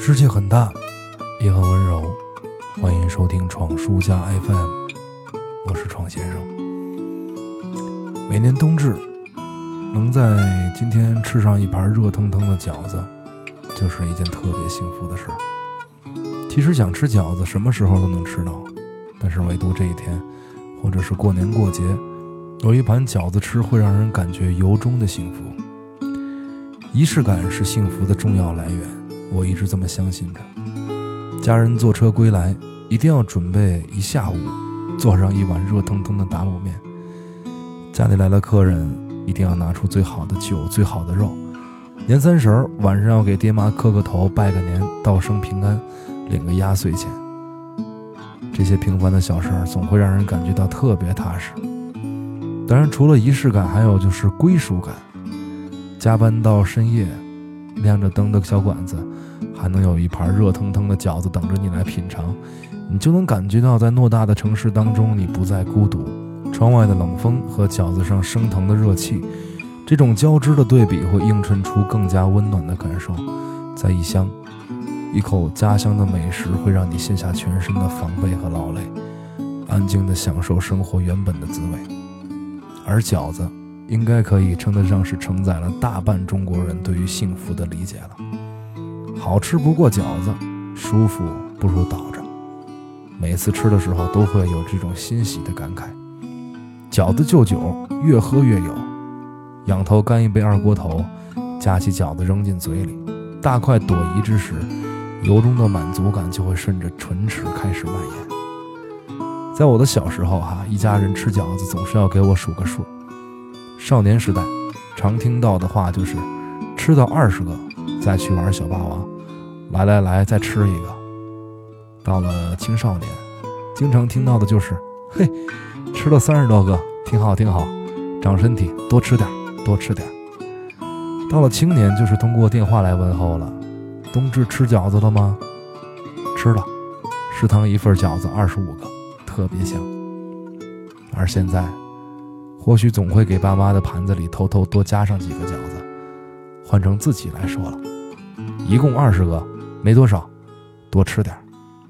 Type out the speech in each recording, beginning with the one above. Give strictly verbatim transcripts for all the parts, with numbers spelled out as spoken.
世界很大，也很温柔，欢迎收听闯书家 F M， 我是闯先生。每年冬至，能在今天吃上一盘热腾腾的饺子，就是一件特别幸福的事。其实想吃饺子什么时候都能吃到，但是唯独这一天，或者是过年过节，有一盘饺子吃会让人感觉由衷的幸福。仪式感是幸福的重要来源，我一直这么相信着。家人坐车归来，一定要准备一下午，做上一碗热腾腾的打卤面。家里来了客人，一定要拿出最好的酒，最好的肉。年三十儿晚上要给爹妈磕个头，拜个年，道声平安，领个压岁钱。这些平凡的小事儿总会让人感觉到特别踏实。当然，除了仪式感，还有就是归属感。加班到深夜，亮着灯的小馆子，还能有一盘热腾腾的饺子等着你来品尝，你就能感觉到在偌大的城市当中，你不再孤独。窗外的冷风和饺子上升腾的热气，这种交织的对比会映衬出更加温暖的感受。在异乡，一口家乡的美食会让你卸下全身的防备和劳累，安静地享受生活原本的滋味。而饺子应该可以称得上是承载了大半中国人对于幸福的理解了。好吃不过饺子，舒服不如倒着。每次吃的时候都会有这种欣喜的感慨。饺子就酒，越喝越有。仰头干一杯二锅头，夹起饺子扔进嘴里，大快朵颐之时，由衷的满足感就会顺着唇齿开始蔓延。在我的小时候哈，一家人吃饺子总是要给我数个数。少年时代常听到的话就是吃到二十个再去玩小霸王，来来来再吃一个。到了青少年，经常听到的就是嘿，吃了三十多个，挺好挺好，长身体，多吃点多吃点。到了青年，就是通过电话来问候了，冬至吃饺子了吗？吃了，食堂一份饺子二十五个，特别香。而现在或许总会给爸妈的盘子里偷偷多加上几个饺子，换成自己来说了，一共二十个，没多少，多吃点。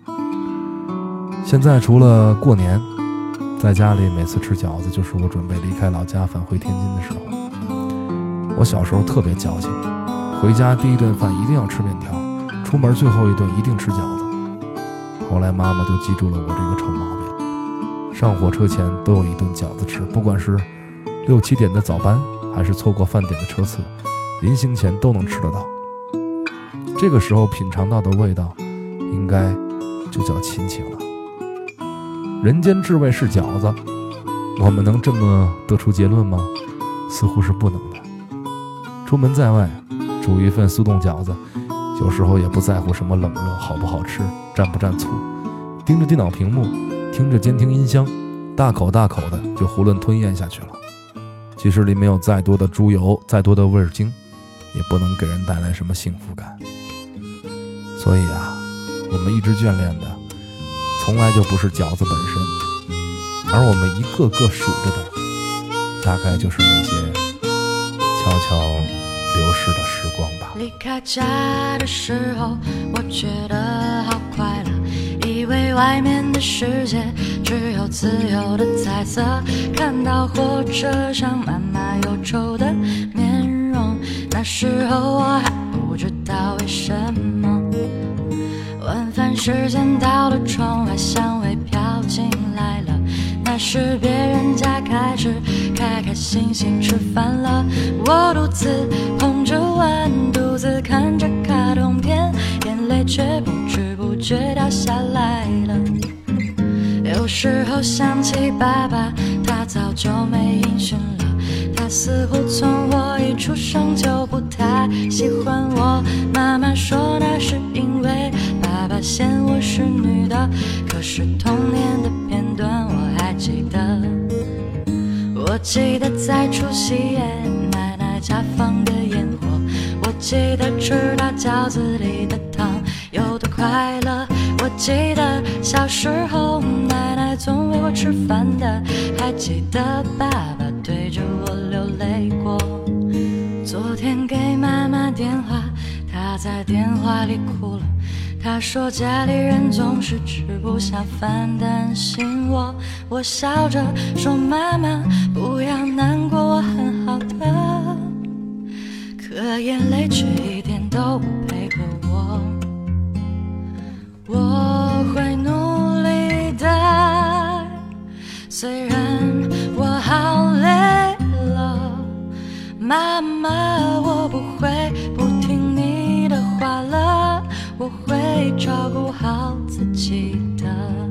现在除了过年，在家里每次吃饺子就是我准备离开老家返回天津的时候。我小时候特别矫情，回家第一顿饭一定要吃面条，出门最后一顿一定吃饺子。后来妈妈就记住了我这个臭毛病，上火车前都有一顿饺子吃，不管是六七点的早班，还是错过饭点的车次，临行前都能吃得到。这个时候品尝到的味道，应该就叫亲情了。人间至味是饺子，我们能这么得出结论吗？似乎是不能的。出门在外，煮一份速冻饺子，有时候也不在乎什么冷热好不好吃，蘸不蘸醋，盯着电脑屏幕，听着监听音箱，大口大口的就囫囵吞咽下去了。即使里面有再多的猪油，再多的味精，也不能给人带来什么幸福感。所以啊，我们一直眷恋的从来就不是饺子本身，而我们一个个数着的，大概就是那些悄悄流逝的时光吧。 离开家的时候，我觉得好快乐，以为外面的世界只有自由的彩色。看到火车上妈妈忧愁的面容，那时候我还不知道为什么。晚饭时间到了，窗外香味飘进来了，那时别人家开始开开心心吃饭了。我独自捧着碗，独自看着卡通片，眼泪却不知不觉掉下来了。有时候想起爸爸，他早就没音讯了，他似乎从我一出生就不太喜欢我。妈妈说那是因为爸爸嫌我是女的，可是童年的片段我还记得。我记得在除夕夜奶奶家放的烟火，我记得吃到饺子里的糖有多快乐，我记得小时候奶奶总喂我吃饭的，还记得爸爸对着我流泪过。昨天给妈妈电话，她他在电话里哭了，他说家里人总是吃不下饭，担心我。我笑着说妈妈不要难过，我很好的，可眼泪却一点都不配合我。我会努力的，虽然我好累了，妈妈我不会不听你的话了，我会照顾好自己的。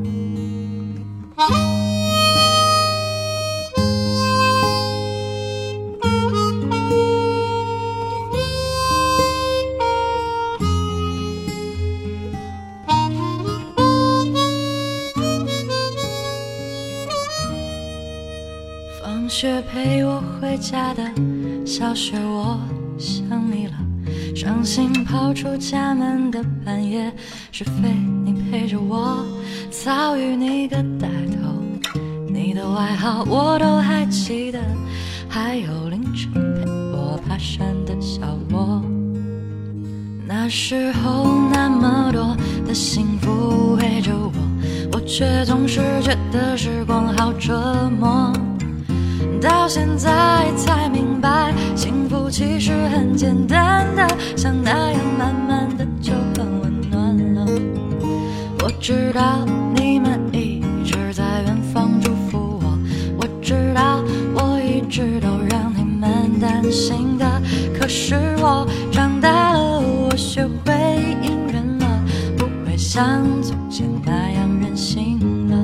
放学陪我回家的小雪，我想你了。伤心跑出家门的半夜，是非你陪着我，遭遇你个带头，你的外号我都还记得，还有凌晨陪我爬山的小我。那时候那么多的幸福围着我，我却总是觉得时光好折磨。到现在才明白，幸福其实很简单的，像那样慢慢的就很温暖了。我知道你们一直在远方祝福我，我知道我一直都让你们担心的，可是我长大了，我学会隐忍了，不会像从前那样任性了。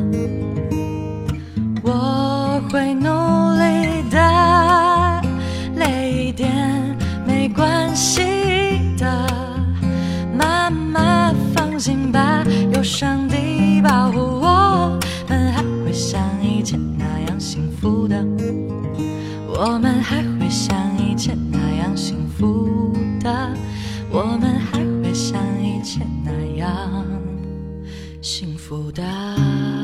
我会努力的，累一点没关系的，妈妈放心吧，有上帝保护我们，还会像以前那样幸福的，我们还会像以前那样幸福的，我们还会像以前那样幸福的。